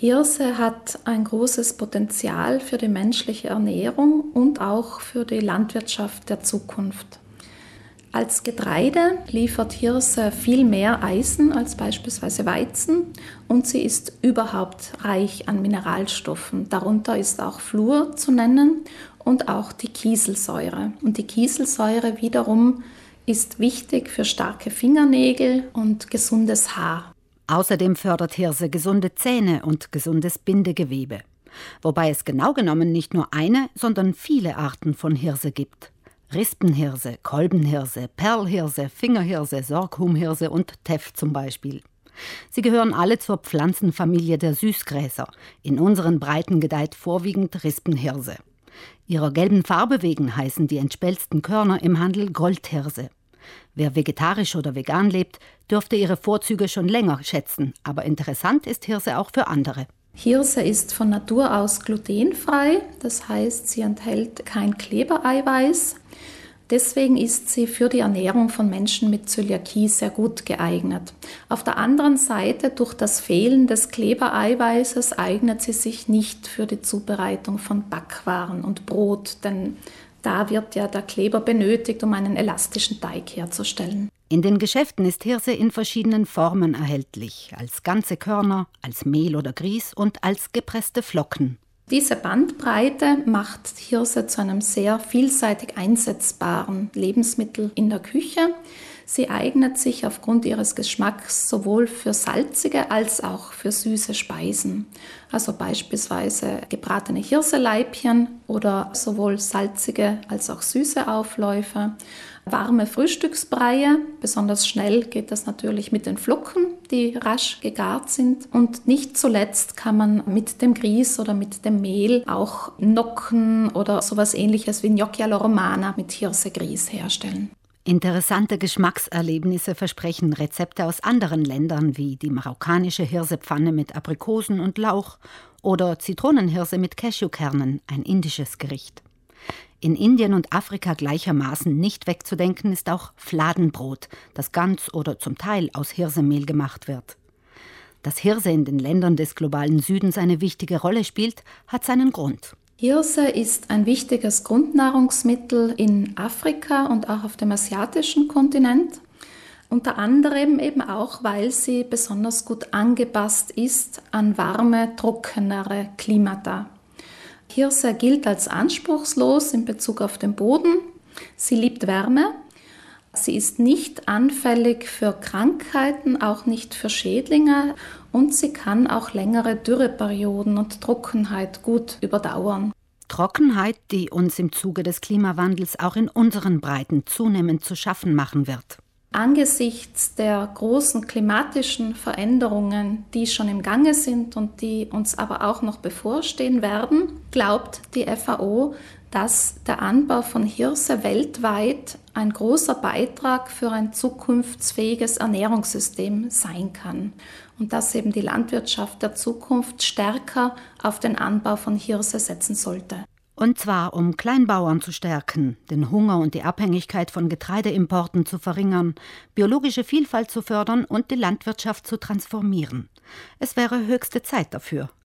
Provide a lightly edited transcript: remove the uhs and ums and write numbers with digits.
Hirse hat ein großes Potenzial für die menschliche Ernährung und auch für die Landwirtschaft der Zukunft. Als Getreide liefert Hirse viel mehr Eisen als beispielsweise Weizen und sie ist überhaupt reich an Mineralstoffen. Darunter ist auch Fluor zu nennen und auch die Kieselsäure. Und die Kieselsäure wiederum ist wichtig für starke Fingernägel und gesundes Haar. Außerdem fördert Hirse gesunde Zähne und gesundes Bindegewebe. Wobei es genau genommen nicht nur eine, sondern viele Arten von Hirse gibt. Rispenhirse, Kolbenhirse, Perlhirse, Fingerhirse, Sorghumhirse und Teff zum Beispiel. Sie gehören alle zur Pflanzenfamilie der Süßgräser. In unseren Breiten gedeiht vorwiegend Rispenhirse. Ihrer gelben Farbe wegen heißen die entspelzten Körner im Handel Goldhirse. Wer vegetarisch oder vegan lebt, dürfte ihre Vorzüge schon länger schätzen. Aber interessant ist Hirse auch für andere. Hirse ist von Natur aus glutenfrei, das heißt, sie enthält kein Klebereiweiß. Deswegen ist sie für die Ernährung von Menschen mit Zöliakie sehr gut geeignet. Auf der anderen Seite, durch das Fehlen des Klebereiweißes eignet sie sich nicht für die Zubereitung von Backwaren und Brot, denn da wird ja der Kleber benötigt, um einen elastischen Teig herzustellen. In den Geschäften ist Hirse in verschiedenen Formen erhältlich, als ganze Körner, als Mehl oder Grieß und als gepresste Flocken. Diese Bandbreite macht Hirse zu einem sehr vielseitig einsetzbaren Lebensmittel in der Küche. Sie eignet sich aufgrund ihres Geschmacks sowohl für salzige als auch für süße Speisen. Also beispielsweise gebratene Hirseleibchen oder sowohl salzige als auch süße Aufläufe. Warme Frühstücksbreie, besonders schnell geht das natürlich mit den Flocken, die rasch gegart sind. Und nicht zuletzt kann man mit dem Grieß oder mit dem Mehl auch Nocken oder sowas ähnliches wie Gnocchi alla Romana mit Hirsegrieß herstellen. Interessante Geschmackserlebnisse versprechen Rezepte aus anderen Ländern wie die marokkanische Hirsepfanne mit Aprikosen und Lauch oder Zitronenhirse mit Cashewkernen, ein indisches Gericht. In Indien und Afrika gleichermaßen nicht wegzudenken ist auch Fladenbrot, das ganz oder zum Teil aus Hirsemehl gemacht wird. Dass Hirse in den Ländern des globalen Südens eine wichtige Rolle spielt, hat seinen Grund. Hirse ist ein wichtiges Grundnahrungsmittel in Afrika und auch auf dem asiatischen Kontinent. Unter anderem eben auch, weil sie besonders gut angepasst ist an warme, trockenere Klimata. Hirse gilt als anspruchslos in Bezug auf den Boden. Sie liebt Wärme. Sie ist nicht anfällig für Krankheiten, auch nicht für Schädlinge. Und sie kann auch längere Dürreperioden und Trockenheit gut überdauern. Trockenheit, die uns im Zuge des Klimawandels auch in unseren Breiten zunehmend zu schaffen machen wird. Angesichts der großen klimatischen Veränderungen, die schon im Gange sind und die uns aber auch noch bevorstehen werden, glaubt die FAO, dass der Anbau von Hirse weltweit ein großer Beitrag für ein zukunftsfähiges Ernährungssystem sein kann und dass eben die Landwirtschaft der Zukunft stärker auf den Anbau von Hirse setzen sollte. Und zwar, um Kleinbauern zu stärken, den Hunger und die Abhängigkeit von Getreideimporten zu verringern, biologische Vielfalt zu fördern und die Landwirtschaft zu transformieren. Es wäre höchste Zeit dafür.